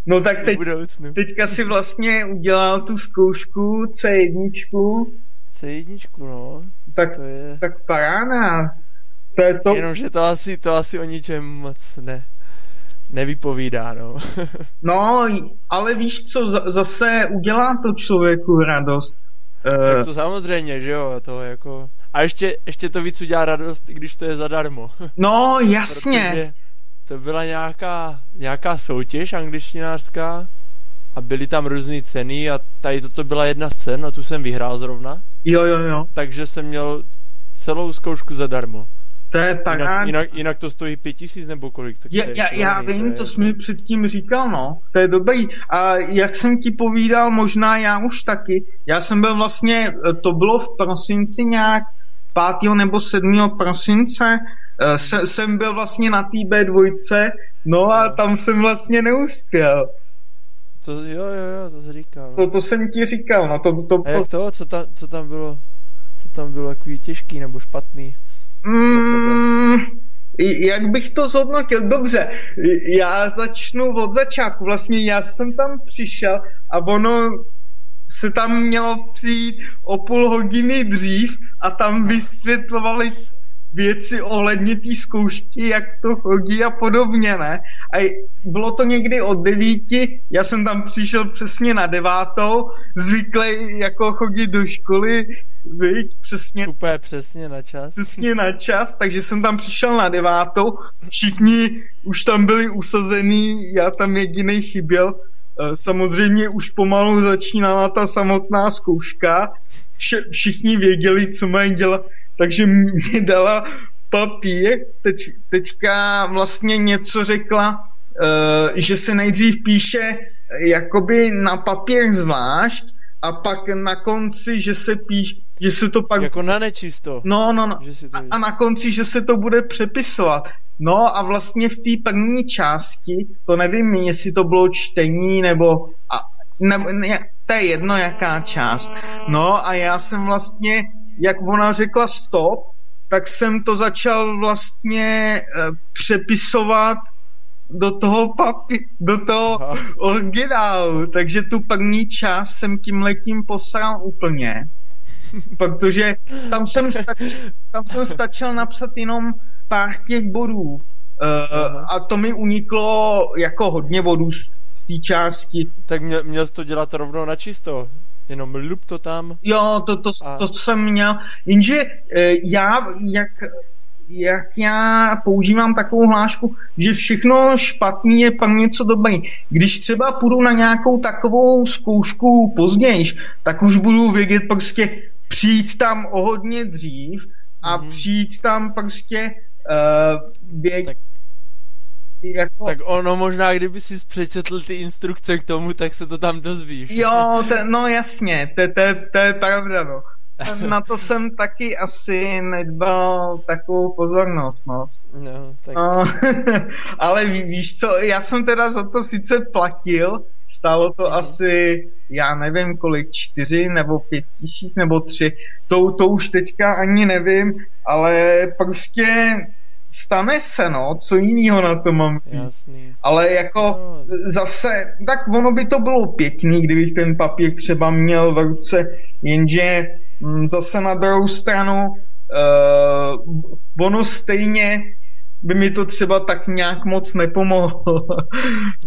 No tak teďka si vlastně udělal tu zkoušku C1. C1, no. Tak paráda. To je to... Jenomže to asi o ničem moc nevypovídá, no. No, ale víš co, zase udělá to člověku radost. Tak to samozřejmě, že jo, to jako... A ještě to víc udělá radost, když to je zadarmo. No, jasně. Protože to byla nějaká soutěž angličtinářská a byly tam různé ceny a tady toto byla jedna z cen a tu jsem vyhrál zrovna. Jo. Takže jsem měl celou zkoušku zadarmo. To je paráda. Jinak to stojí 5 000 nebo kolik. Tak já vím, to jsi mi předtím říkal, no. To je dobrý. A jak jsem ti povídal, možná já už taky. Já jsem byl vlastně, to bylo v prosinci nějak 5. nebo 7. prosince, jsem byl vlastně na té B2, no a tam jsem vlastně neuspěl. Jo, to jsi říkal. To jsem ti říkal, no A jak to? Co tam bylo? Co tam bylo takový těžký nebo špatný? Jak bych to zhodnotil? Dobře, já začnu od začátku. Vlastně já jsem tam přišel a ono se tam mělo přijít o půl hodiny dřív a tam vysvětlovali věci ohledně té zkoušky, jak to chodí a podobně, ne? A bylo to někdy od 9, já jsem tam přišel přesně na 9, zvyklý jako chodit do školy, viď, přesně. Úplně přesně na čas. Přesně na čas, takže jsem tam přišel na 9, všichni už tam byli usazený, já tam jedinej chyběl. Samozřejmě už pomalu začínala ta samotná zkouška, všichni věděli, co mají dělat, takže mě dala papír, teďka vlastně něco řekla, že se nejdřív píše jakoby na papír zvlášť a pak na konci, že se to pak... Jako na nečisto. No. A na konci, že se to bude přepisovat. No a vlastně v té první části, to nevím, jestli to bylo čtení nebo to je jedno jaká část. No a já jsem vlastně, jak ona řekla stop, tak jsem to začal vlastně přepisovat do toho originálu. Takže tu první část jsem tímhletím posral úplně. Protože tam jsem stačil napsat jenom pár těch bodů. A to mi uniklo jako hodně bodů z té části. Tak měl jsi to dělat rovnou na čisto. Jenom lup to tam. Jo, to jsem měl. Jenže jak já používám takovou hlášku, že všechno špatný je pak něco dobrý. Když třeba půjdu na nějakou takovou zkoušku později, tak už budu vědět prostě přijít tam o hodně dřív a přijít tam prostě Tak ono možná, kdyby si přečetl ty instrukce k tomu, tak se to tam dozvíš. Jo, no jasně, to je pravda, no. Na to jsem taky asi nedbal takovou pozornost, no. Tak. Ale víš co, já jsem teda za to sice platil, stálo to asi, já nevím kolik, 4 nebo 5 tisíc nebo 3, to už teďka ani nevím, ale prostě stane se, no, co jinýho na to mám. Jasný. Ale jako zase, tak ono by to bylo pěkný, kdybych ten papír třeba měl v ruce, jenže zase na druhou stranu ono stejně by mi to třeba tak nějak moc nepomohlo.